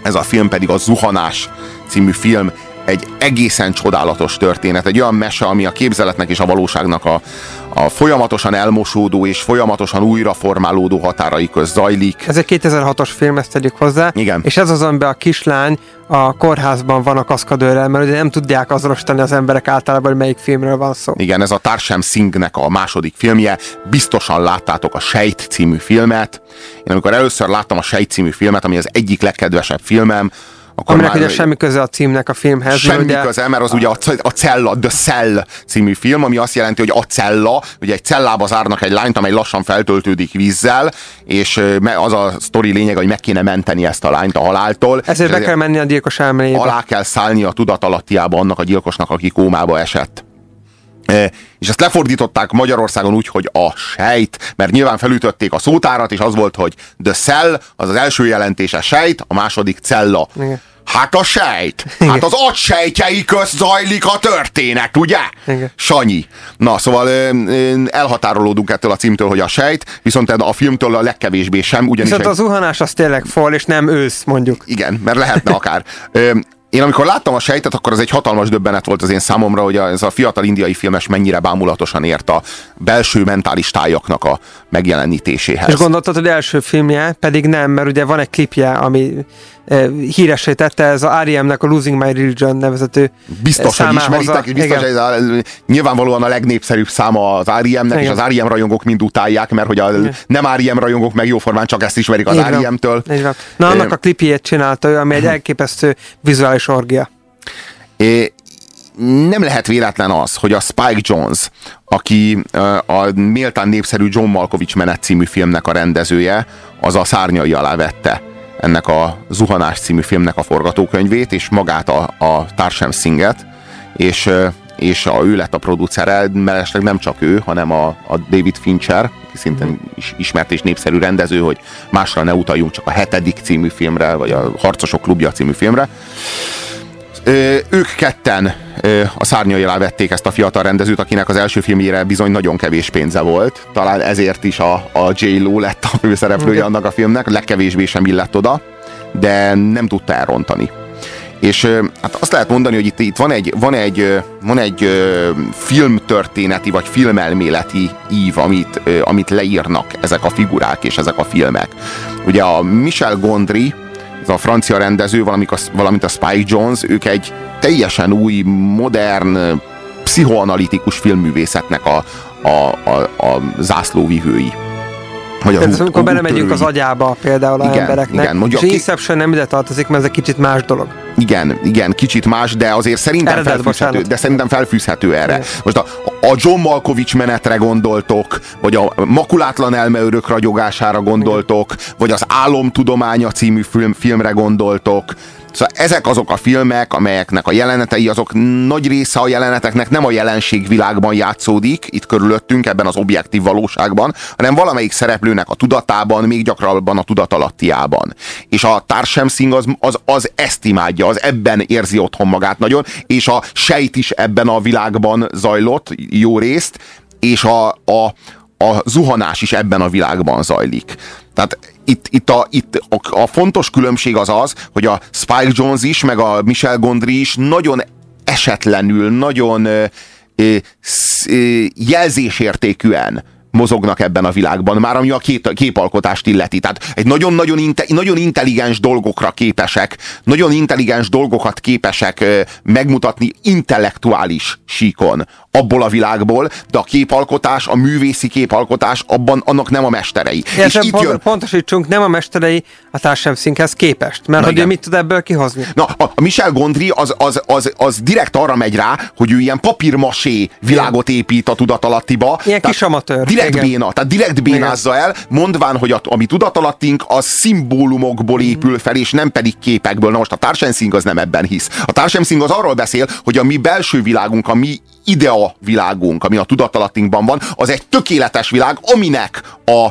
Ez a film pedig a Zuhanás című film, egy egészen csodálatos történet, egy olyan mese, ami a képzeletnek és a valóságnak a folyamatosan elmosódó és folyamatosan újraformálódó határai közt zajlik. Ez egy 2006-os film, ezt tegyük hozzá. Igen. És ez az, amiben a kislány a kórházban van a kaszkadőrrel, mert ugye nem tudják azonosítani az emberek általában, hogy melyik filmről van szó. Igen, ez a Tarsem Singhnek a második filmje. Biztosan láttátok a Sejt című filmet. Én amikor először láttam a Sejt című filmet, ami az egyik legkedvesebb filmem, aminek ugye semmi köze a címnek a filmhez. Semmi köze, mert az ugye a Cella, The Cell című film, ami azt jelenti, hogy a cella, ugye egy cellába zárnak egy lányt, amely lassan feltöltődik vízzel, és az a sztori lényeg, hogy meg kéne menteni ezt a lányt a haláltól. Ezért be kell menni a gyilkos elméjébe. Alá kell szállni a tudatalattiába annak a gyilkosnak, aki kómába esett. És ezt lefordították Magyarországon úgy, hogy a sejt, mert nyilván felütötték a szótárat, és az volt, hogy the cell, az az első jelentése sejt, a második cella. Igen. Hát a sejt! Hát az agysejtjei közt zajlik a történet, ugye? Igen. Sanyi. Na, szóval elhatárolódunk ettől a címtől, hogy a sejt, viszont a filmtől a legkevésbé sem. Viszont a Zuhanás az tényleg fall, és nem ősz, mondjuk. Igen, mert lehetne akár. Én amikor láttam a Sejtet, akkor ez egy hatalmas döbbenet volt az én számomra, hogy ez a fiatal indiai filmes mennyire bámulatosan ért a belső mentális tájaknak a megjelenítéséhez. És gondoltad, hogy első filmje, pedig nem, mert ugye van egy klipje, ami híressé tette, ez a R.E.M.-nek a Losing My Religion nevezető biztos, hogy ismeritek, biztos, hogy ez nyilvánvalóan a legnépszerűbb száma az R.E.M.-nek, és az R.E.M. rajongók mind utálják, mert hogy a nem R.E.M. rajongók meg jóformán csak ezt ismerik az R.E.M.-től. Na, annak a klipjét csinálta ő, ami egy elképesztő vizuális orgia. Nem lehet véletlen az, hogy a Spike Jonze, aki a méltán népszerű John Malkovich menet című filmnek a rendezője, az a szárnyai alá vette ennek a Zuhanás című filmnek a forgatókönyvét, és magát a Tarsem Singhet, és ő lett a producere, mellesleg nem csak ő, hanem a David Fincher, aki szintén ismert és népszerű rendező, hogy másra ne utaljunk, csak a 7. című filmre, vagy a Harcosok klubja című filmre. Ők ketten a szárnyai alá vették ezt a fiatal rendezőt, akinek az első filmjére bizony nagyon kevés pénze volt. Talán ezért is a J.Lo lett a főszereplője annak a filmnek, legkevésbé sem illett oda, de nem tudta elrontani. És hát azt lehet mondani, hogy itt van egy filmtörténeti vagy filmelméleti ív, amit leírnak ezek a figurák és ezek a filmek. Ugye a Michel Gondry, ez a francia rendező, valamint a Spike Jonze, ők egy teljesen új, modern, pszichoanalitikus filmművészetnek a zászlóvivői. Tehát amikor belemegyünk az agyába például az embereknek, igen, és Inception nem ide tartozik, mert ez egy kicsit más dolog. Igen, kicsit más, de azért szerintem felfűzhető erre. Igen. Most a John Malkovich menetre gondoltok, vagy a Makulátlan elmeőrök ragyogására gondoltok, igen, vagy az Álomtudománya című filmre gondoltok. Szóval ezek azok a filmek, amelyeknek a jelenetei, azok nagy része a jeleneteknek nem a jelenségvilágban játszódik, itt körülöttünk, ebben az objektív valóságban, hanem valamelyik szereplőnek a tudatában, még gyakrabban a tudatalattiában. És a Tarsem Singh az ezt imádja, az ebben érzi otthon magát nagyon, és a Sejt is ebben a világban zajlott jó részt, és a Zuhanás is ebben a világban zajlik. Tehát itt a fontos különbség az, hogy a Spike Jonze is, meg a Michel Gondry is nagyon esetlenül, nagyon jelzésértékűen mozognak ebben a világban, már ami a képalkotást illeti. Tehát egy nagyon intelligens dolgokra képesek, nagyon intelligens dolgokat képesek megmutatni intellektuális síkon abból a világból, de a képalkotás, a művészi képalkotás annak nem a mesterei. És itt pontosítsunk, nem a mesterei a Tarsem Singhez képest, mert hogy ő mit tud ebből kihozni? Na, a Michel Gondry az direkt arra megy rá, hogy ő ilyen papírmasé világot épít a tudatalattiba. Ilyen kis amatőr. Direkt bénázza el, mondván, hogy a mi tudatalattunk az szimbólumokból épül fel, és nem pedig képekből. Na most a Tarsem Singh az nem ebben hisz. A Tarsem Singh az arról beszél, hogy a mi belső világunk, a mi idea világunk, ami a tudatalattinkban van, az egy tökéletes világ, aminek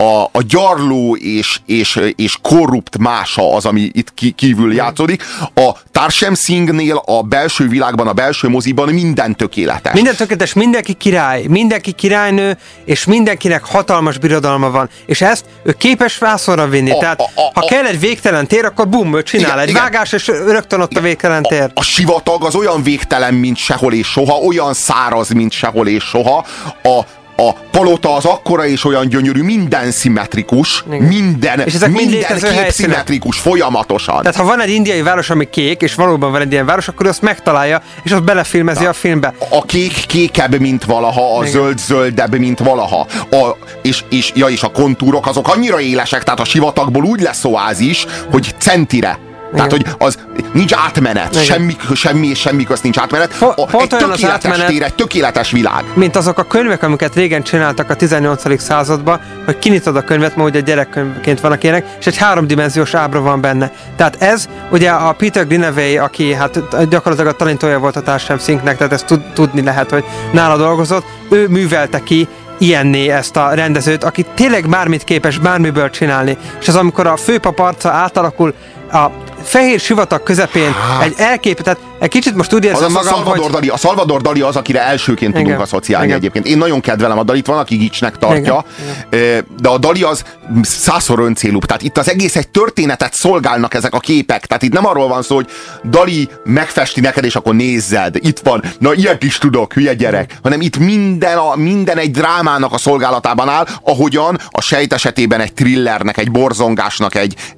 a gyarló és korrupt mása az, ami itt kívül játszódik. A Tarsem Singhnél a belső világban, a belső moziban minden tökéletes. Minden tökéletes, mindenki király, mindenki királynő, és mindenkinek hatalmas birodalma van. És ezt ő képes vászonra vinni. Tehát, ha kell egy végtelen tér, akkor bum, ő csinál egy vágás, és rögtön ott a végtelen tér. A sivatag az olyan végtelen, mint sehol és soha, olyan száraz, mint sehol és soha. A palota az akkora és olyan gyönyörű, minden szimmetrikus, minden kép szimmetrikus, folyamatosan. Tehát ha van egy indiai város, ami kék, és valóban van egy ilyen város, akkor azt megtalálja, és azt belefilmezi a filmbe. A kék kékebb, mint valaha, a zöld zöldebb, mint valaha. És a kontúrok azok annyira élesek, tehát a sivatagból úgy lesz oázis, hogy centire. Tehát, hogy az nincs átmenet, semmi közt nincs átmenet. Egy tökéletes tér, egy tökéletes világ. Mint azok a könyvek, amiket régen csináltak a 18. században, hogy kinyitod a könyvet, ma ugye gyerekkönyvként vannak ilyenek, és egy 3-dimenziós ábra van benne. Tehát ez, ugye a Peter Greenaway, aki hát gyakorlatilag a talentója volt a Tarsem Singhnek, tehát ezt tudni lehet, hogy nála dolgozott, ő művelte ki ilyenné ezt a rendezőt, aki tényleg bármit képes bármiből csinálni. És az, amikor a főpap arca átalakul a fehér sivatag közepén, tehát egy kicsit most úgy érzem magam, hogy... A Salvador Dali az, akire elsőként tudunk asszociálni egyébként. Én nagyon kedvelem a Dalit, van, aki gicsnek tartja, de a Dali az 100-szor öncélúbb. Tehát itt az egész egy történetet szolgálnak ezek a képek. Tehát itt nem arról van szó, hogy Dali megfesti neked, és akkor nézzed. Itt van, na ilyet is tudok, hülye gyerek. Hanem itt minden egy drámának a szolgálatában áll, ahogyan a Sejt esetében egy thrillernek, egy borzongásnak,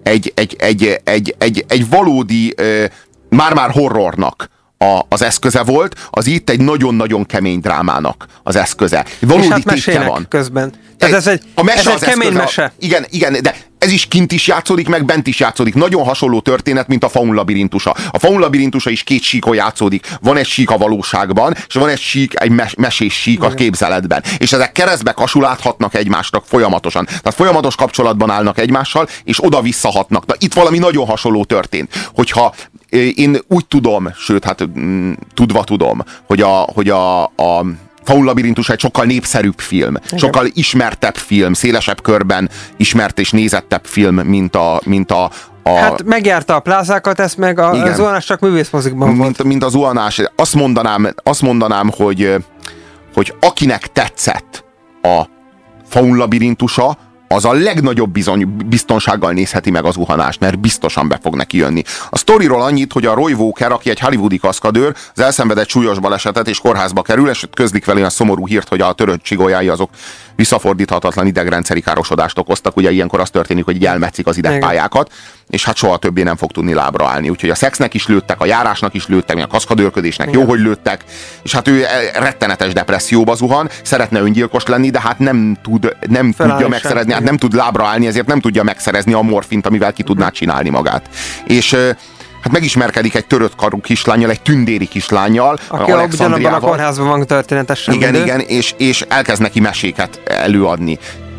egy valódi, már-már horrornak az eszköze volt, az itt egy nagyon-nagyon kemény drámának az eszköze. Valódi tétje van. Közben. Tehát ez egy kemény mese. Igen, de ez is kint is játszódik, meg bent is játszódik. Nagyon hasonló történet, mint a Faun labirintusa. A Faun labirintusa is két síkon játszódik. Van egy sík a valóságban, és van egy sík, egy mesés sík a képzeletben. És ezek keresztbe kasuláthatnak egymásnak folyamatosan. Tehát folyamatos kapcsolatban állnak egymással, és oda-vissza hatnak. Na, itt valami nagyon hasonló történt. Hogyha én úgy tudom, sőt, hát tudva tudom, hogy a Faun labirintus egy sokkal népszerűbb film, sokkal ismertebb film, szélesebb körben ismert és nézettebb film, mint a Hát megjárta a plázákat, ezt meg a zuhanás csak művészmozikban volt. Mint a zuhanás. Azt mondanám, hogy akinek tetszett a Faun labirintusa, az a legnagyobb biztonsággal nézheti meg az zuhanást, mert biztosan be fog neki jönni. A sztoriról annyit, hogy a Roy Walker, aki egy hollywoodi kaszkadőr, az elszenvedett súlyos balesetet és kórházba kerül, és közlik vele olyan szomorú hírt, hogy a törött csigolyái azok visszafordíthatatlan idegrendszeri károsodást okoztak. Ugye ilyenkor az történik, hogy így elmetszik az idegpályákat, és hát soha többé nem fog tudni lábra állni. Úgyhogy a szexnek is lőttek, a járásnak is lőttek, a kaszkadőrködésnek jó, hogy lőttek, és hát ő rettenetes depresszióba zuhan, szeretne öngyilkos lenni, de hát nem tudja megszerezni, hát nem tud lábra állni, ezért nem tudja megszerezni a morfint, amivel ki tudná csinálni magát. És hát megismerkedik egy törött karú kislánnyal, egy tündéri kislánnyal, aki ugyanabban a kórházban van történetesen. Igen, és elkezd neki meséket előadni.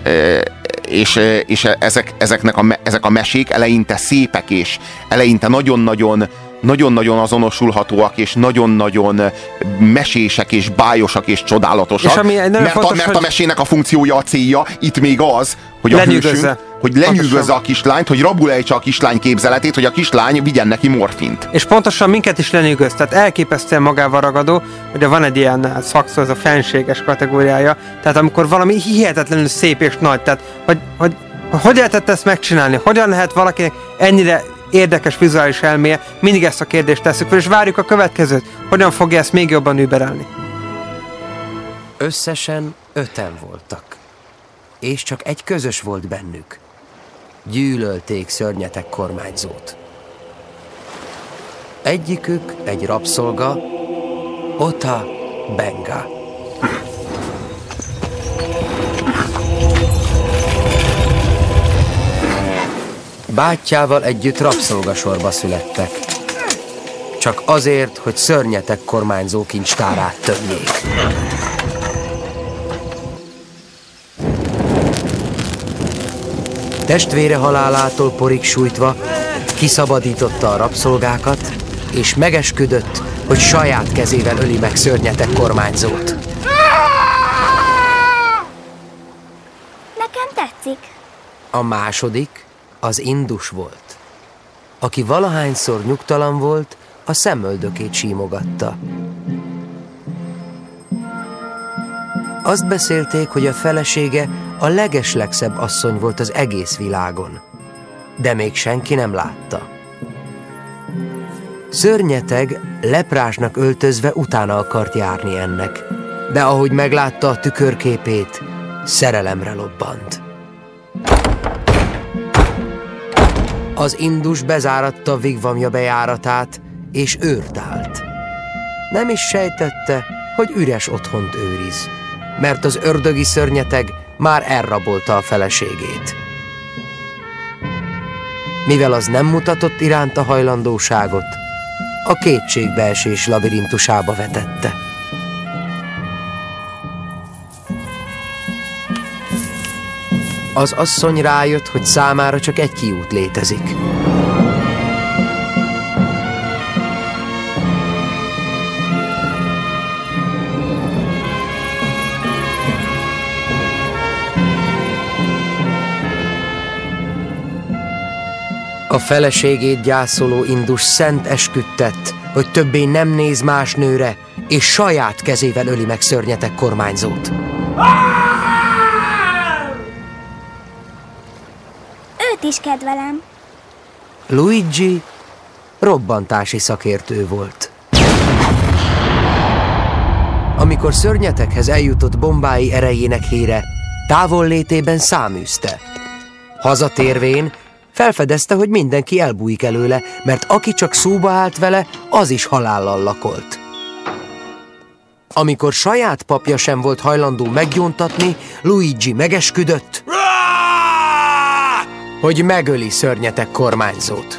És ezek a mesék eleinte szépek, és eleinte nagyon-nagyon azonosulhatóak, és nagyon-nagyon mesések, és bájosak, és csodálatosak. És mert a mesének a funkciója, a célja itt még az, hogy a hősünk, hogy lenyűgözze a kislányt, hogy rabulejtse a kislány képzeletét, hogy a kislány vigyen neki morfint. És pontosan minket is lenyűgöz, tehát elképesztően magával ragadó, hogy van egy ilyen szakszó, ez a fenséges kategóriája, tehát amikor valami hihetetlenül szép és nagy, tehát hogy lehetett ezt megcsinálni, hogyan lehet valakinek ennyire érdekes vizuális elméje, mindig ezt a kérdést tesszük fel, és várjuk a következőt, hogyan fogja ezt még jobban überelni. Összesen 5-en voltak, és csak egy közös volt bennük. Gyűlölték szörnyetek kormányzót. Egyikük egy rabszolga, Ota Benga. Bátyjával együtt rabszolgasorba születtek. Csak azért, hogy szörnyetek kormányzó kincstárát tömjék. Testvére halálától porig sújtva kiszabadította a rabszolgákat, és megesküdött, hogy saját kezével öli meg szörnyetek kormányzót. Nekem tetszik. A második az Indus volt, aki valahányszor nyugtalan volt, a szemöldökét símogatta. Azt beszélték, hogy a felesége a legeslegszebb asszony volt az egész világon, de még senki nem látta. Szörnyeteg leprásnak öltözve utána akart járni ennek, de ahogy meglátta a tükörképét, szerelemre lobbant. Az Indus bezáratta vigvamja bejáratát, és őrt állt. Nem is sejtette, hogy üres otthont őriz, mert az ördögi szörnyeteg már elrabolta a feleségét. Mivel az nem mutatott iránta hajlandóságot, a kétségbeesés labirintusába vetette. Az asszony rájött, hogy számára csak egy kiút létezik. A feleségét gyászoló Indus szent esküt tett, hogy többé nem néz más nőre, és saját kezével öli meg szörnyeteg kormányzót. Őt is kedvelem. Luigi robbantási szakértő volt. Amikor szörnyeteghez eljutott bombái erejének híre, távollétében száműzte. Hazatérvén felfedezte, hogy mindenki elbújik előle, mert aki csak szóba állt vele, az is halállal lakolt. Amikor saját papja sem volt hajlandó meggyóntatni, Luigi megesküdött, hogy megöli szörnyeteg kormányzót.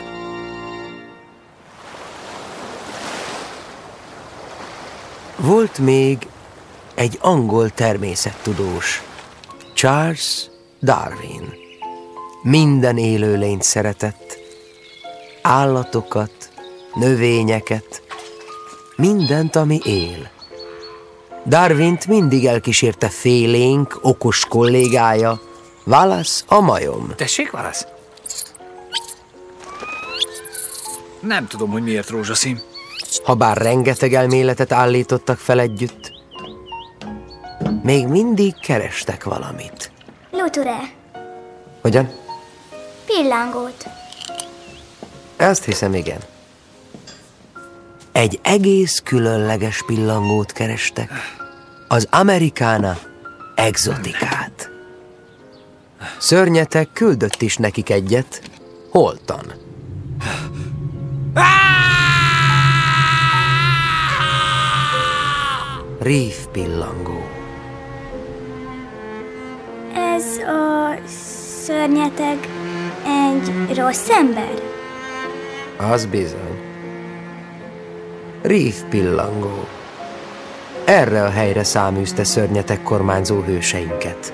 Volt még egy angol természettudós, Charles Darwin. Minden élőlényt szeretett, állatokat, növényeket, mindent, ami él. Darwint mindig elkísérte félénk, okos kollégája, Wallace a majom. Tessék, Wallace? Nem tudom, hogy miért rózsaszín. Habár rengeteg elméletet állítottak fel együtt, még mindig kerestek valamit. Luture. Hogyan? Pillangót. Azt hiszem, igen. Egy egész különleges pillangót kerestek. Az Americana exotikát. Szörnyeteg küldött is nekik egyet, holtan. Reef pillangó. Ez a szörnyeteg egy rossz ember? Az bizony. Reef pillangó. Erre a helyre száműzte szörnyeteg kormányzó hőseinket.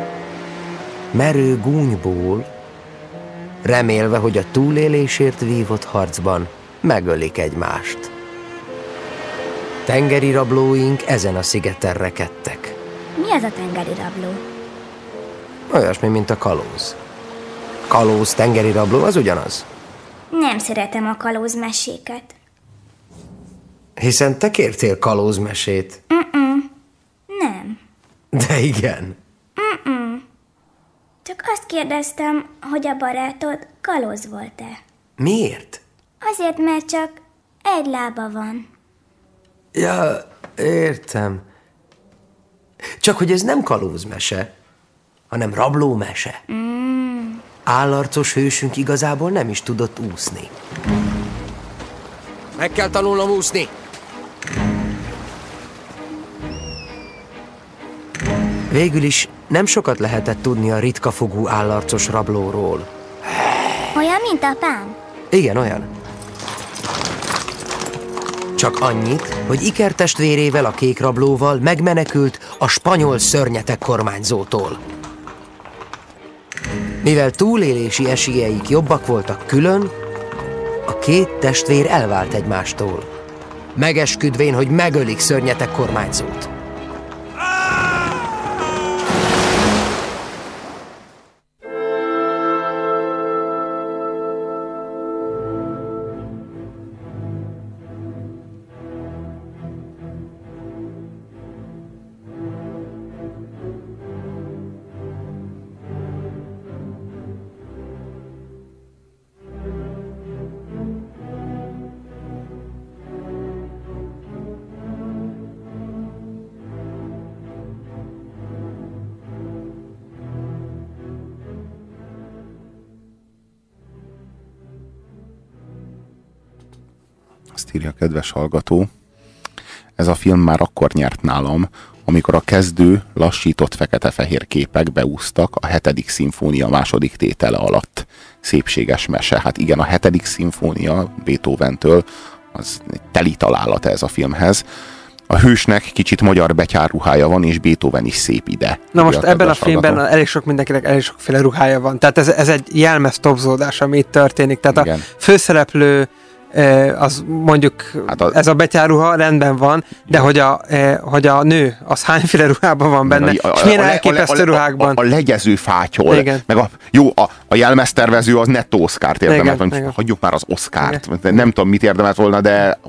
Merő gúnyból, remélve, hogy a túlélésért vívott harcban megölik egymást. Tengeri rablóink ezen a szigeten rekedtek. Mi az a tengeri rabló? Olyasmi, mint a kalóz. Kalóz, tengeri rabló, az ugyanaz. Nem szeretem a kalózmeséket. Hiszen te kértél kalózmesét. Nem. De igen. Csak azt kérdeztem, hogy a barátod kalóz volt-e? Miért? Azért, mert csak egy lába van. Ja, értem. Csak hogy ez nem kalózmese, hanem rablómese. Állarcos hősünk igazából nem is tudott úszni. Meg kell tanulnom úszni! Végül is nem sokat lehetett tudni a ritkafogú állarcos rablóról. Olyan, mint apám? Igen, olyan. Csak annyit, hogy ikertestvérével, a kék rablóval megmenekült a spanyol szörnyeteg kormányzótól. Mivel túlélési esélyeik jobbak voltak külön, a két testvér elvált egymástól, megesküdvén, hogy megölik szörnyeteg kormányzót. Azt írja a kedves hallgató. Ez a film már akkor nyert nálam, amikor a kezdő, lassított fekete-fehér képek beúsztak a 7. szimfónia második tétele alatt. Szépséges mese. Hát igen, a 7. szimfónia Beethoventől az teli találat ez a filmhez. A hősnek kicsit magyar betyárruhája van, és Beethoven is szép ide. Na most ebben a filmben elég sok mindenkinek elég sokféle ruhája van. Tehát ez egy jelmez topzódás, ami itt történik. Tehát igen. A főszereplő az mondjuk ez a betyárruha rendben van, de hogy a nő az hányféle ruhában van benne, és milyen elképesztő ruhákban. A legyező fátyol, igen. Meg a jelmeztervező az nettó Oscart érdemelt. Hagyjuk már az Oscart. Igen. Nem tudom, mit érdemelt volna, de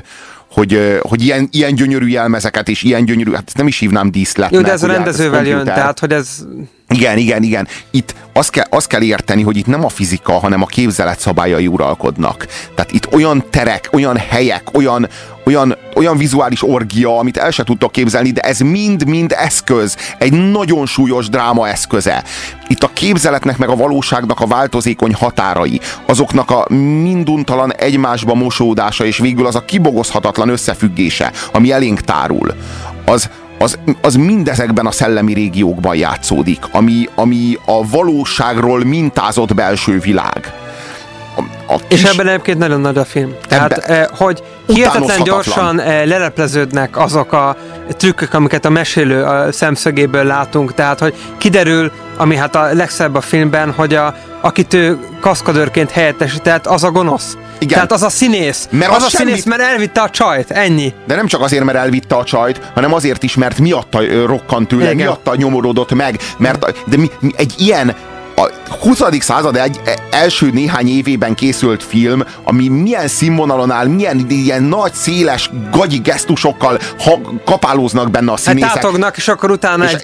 hogy ilyen gyönyörű jelmezeket és ilyen gyönyörű, hát nem is hívnám díszletnek. Jó, de ez a rendezővel jön, tehát hogy ez... Igen. Itt azt kell érteni, hogy itt nem a fizika, hanem a képzelet szabályai uralkodnak. Tehát itt olyan terek, olyan helyek, olyan vizuális orgia, amit el se tudtok képzelni, de ez mind-mind eszköz. Egy nagyon súlyos dráma eszköze. Itt a képzeletnek meg a valóságnak a változékony határai, azoknak a minduntalan egymásba mosódása, és végül az a kibogozhatatlan összefüggése, ami elénk tárul, az mindezekben a szellemi régiókban játszódik, ami a valóságról mintázott belső világ. És ebben egyébként nagyon nagy a film. Tehát, hogy hihetetlen gyorsan lelepleződnek azok a trükkök, amiket a mesélő a szemszögéből látunk. Tehát, hogy kiderül, ami hát a legszebb a filmben, hogy akit ő kaszkadőrként helyettesített, az a gonosz. Igen. Tehát az a színész. Mert elvitte a csajt, ennyi. De nem csak azért, mert elvitte a csajt, hanem azért is, mert miatta rokkant tőle, igen. Miatta nyomorodott meg. De egy ilyen a 20. század első néhány évében készült film, ami milyen színvonalon áll, milyen ilyen nagy, széles, gagyi gesztusokkal kapálóznak benne a színészek. Tátognak, és akkor utána és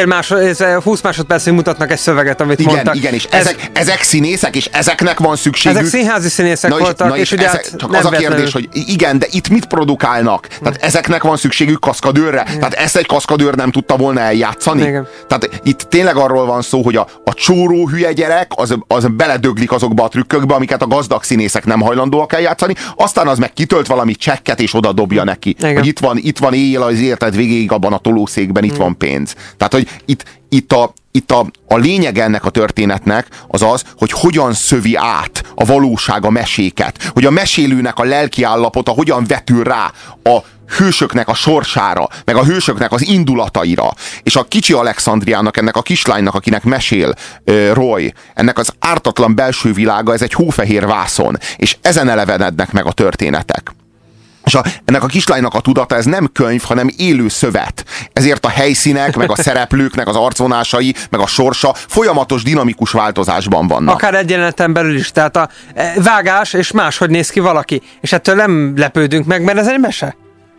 20 másodpercig mutatnak egy szöveget, amit mondtak. Igen, és ezek színészek, és ezeknek van szükségük. Ezek színházi színészek voltak, és ugye csak az a kérdés, hogy igen, de itt mit produkálnak? Tehát ezeknek van szükségük kaszkadőrre? Igen. Tehát ezt egy kaszkadőr nem tudta volna eljátszani? Igen. Tehát itt tényleg arról van szó, hogy a csóró hülye gyerek, az beledöglik azokba a trükkökbe, amiket a gazdag színészek nem hajlandóak eljátszani, aztán az meg kitölt valami csekket, és oda dobja neki. Igen. Hogy itt van éjjel az életed végéig abban a tolószékben, itt van pénz. Tehát, hogy itt a lényeg ennek a történetnek az, hogy hogyan szövi át a valóság a meséket, hogy a mesélőnek a lelki állapota hogyan vetül rá a hősöknek a sorsára, meg a hősöknek az indulataira. És a kicsi Alexandriának, ennek a kislánynak, akinek mesél Roy, ennek az ártatlan belső világa, ez egy hófehér vászon, és ezen elevenednek meg a történetek. És ennek a kislánynak a tudata, ez nem könyv, hanem élő szövet. Ezért a helyszínek, meg a szereplőknek az arcvonásai, meg a sorsa folyamatos dinamikus változásban vannak. Akár egy jeleneten belül is. Tehát a vágás, és máshogy néz ki valaki. És ettől nem lepődünk meg, mert ez egy mese.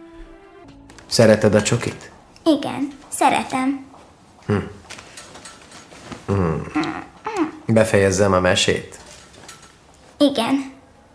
Szereted a csokit? Igen, szeretem. Befejezzem a mesét? Igen.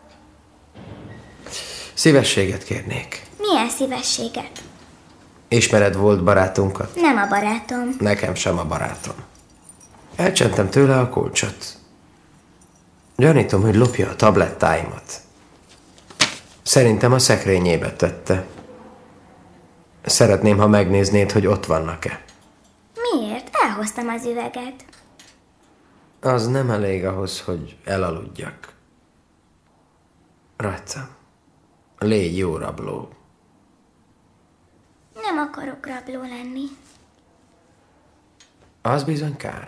Szívességet kérnék. Milyen szívességet? Ismered volt barátunkat? Nem a barátom. Nekem sem a barátom. Elcsentem tőle a kulcsot. Gyanítom, hogy lopja a tablettáimat. Szerintem a szekrényébe tette. Szeretném, ha megnéznéd, hogy ott vannak-e. Miért? Elhoztam az üveget. Az nem elég ahhoz, hogy elaludjak. Rajtam. Légy jó rabló. Nem akarok rabló lenni. Az bizony kár.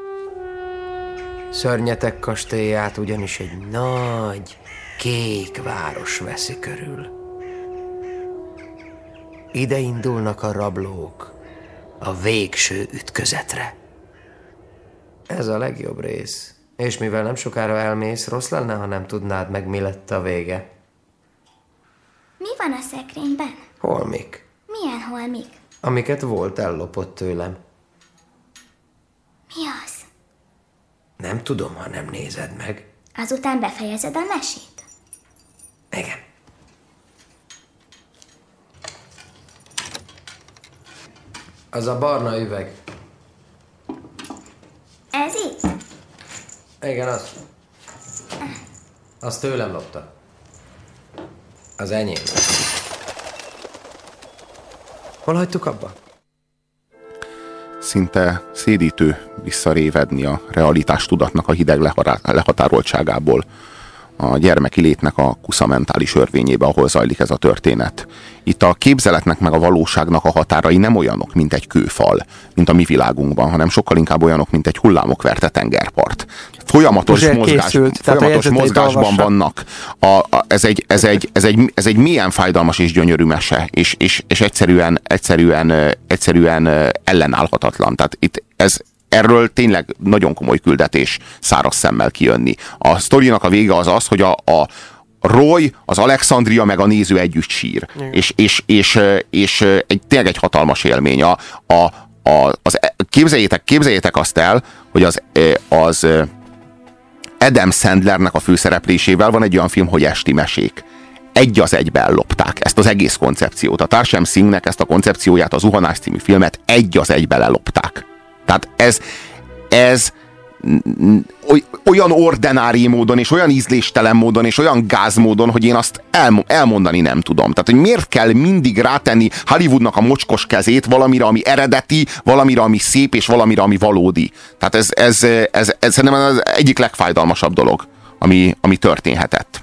Szörnyetek kastélyát ugyanis egy nagy, kék város veszi körül. Ide indulnak a rablók a végső ütközetre. Ez a legjobb rész. És mivel nem sokára elmész, rossz lenne, ha nem tudnád meg, mi lett a vége. Mi van a szekrényben? Holmik. Milyen holmik? Amiket volt ellopott tőlem. Mi az? Nem tudom, ha nem nézed meg. Azután befejezed a mesét? Igen. Az a barna üveg. Ez itt? Igen, az. Azt tőlem lopta. Az enyém. Hol hagytuk abba? Szinte szédítő visszarévedni a realitás tudatnak a hideg lehatároltságából a gyermeki létnek a kusza mentális örvényébe, ahol zajlik ez a történet. Itt a képzeletnek meg a valóságnak a határai nem olyanok, mint egy kőfal, mint a mi világunkban, hanem sokkal inkább olyanok, mint egy hullámok verte tengerpart. Folyamatos mozgásban vannak. Ez egy mélyen fájdalmas és gyönyörű mese, és egyszerűen ellenállhatatlan. Tehát itt erről tényleg nagyon komoly küldetés száraz szemmel kijönni. A sztorinak a vége az, hogy a Roy, az Alexandria meg a néző együtt sír. És tényleg egy hatalmas élmény. Képzeljétek azt el, hogy az Adam Sandlernek a főszereplésével van egy olyan film, hogy Esti mesék. Egy az egybe ellopták ezt az egész koncepciót. A Tarsem Singhnek ezt a koncepcióját, a Zuhanás című filmet egy az egybe lelopták. Tehát ez olyan ordinári módon, és olyan ízléstelen módon, és olyan gázmódon, hogy én azt elmondani nem tudom. Tehát, hogy miért kell mindig rátenni Hollywoodnak a mocskos kezét valamire, ami eredeti, valamire, ami szép, és valamire, ami valódi. Tehát ez szerintem az egyik legfájdalmasabb dolog, ami történhetett.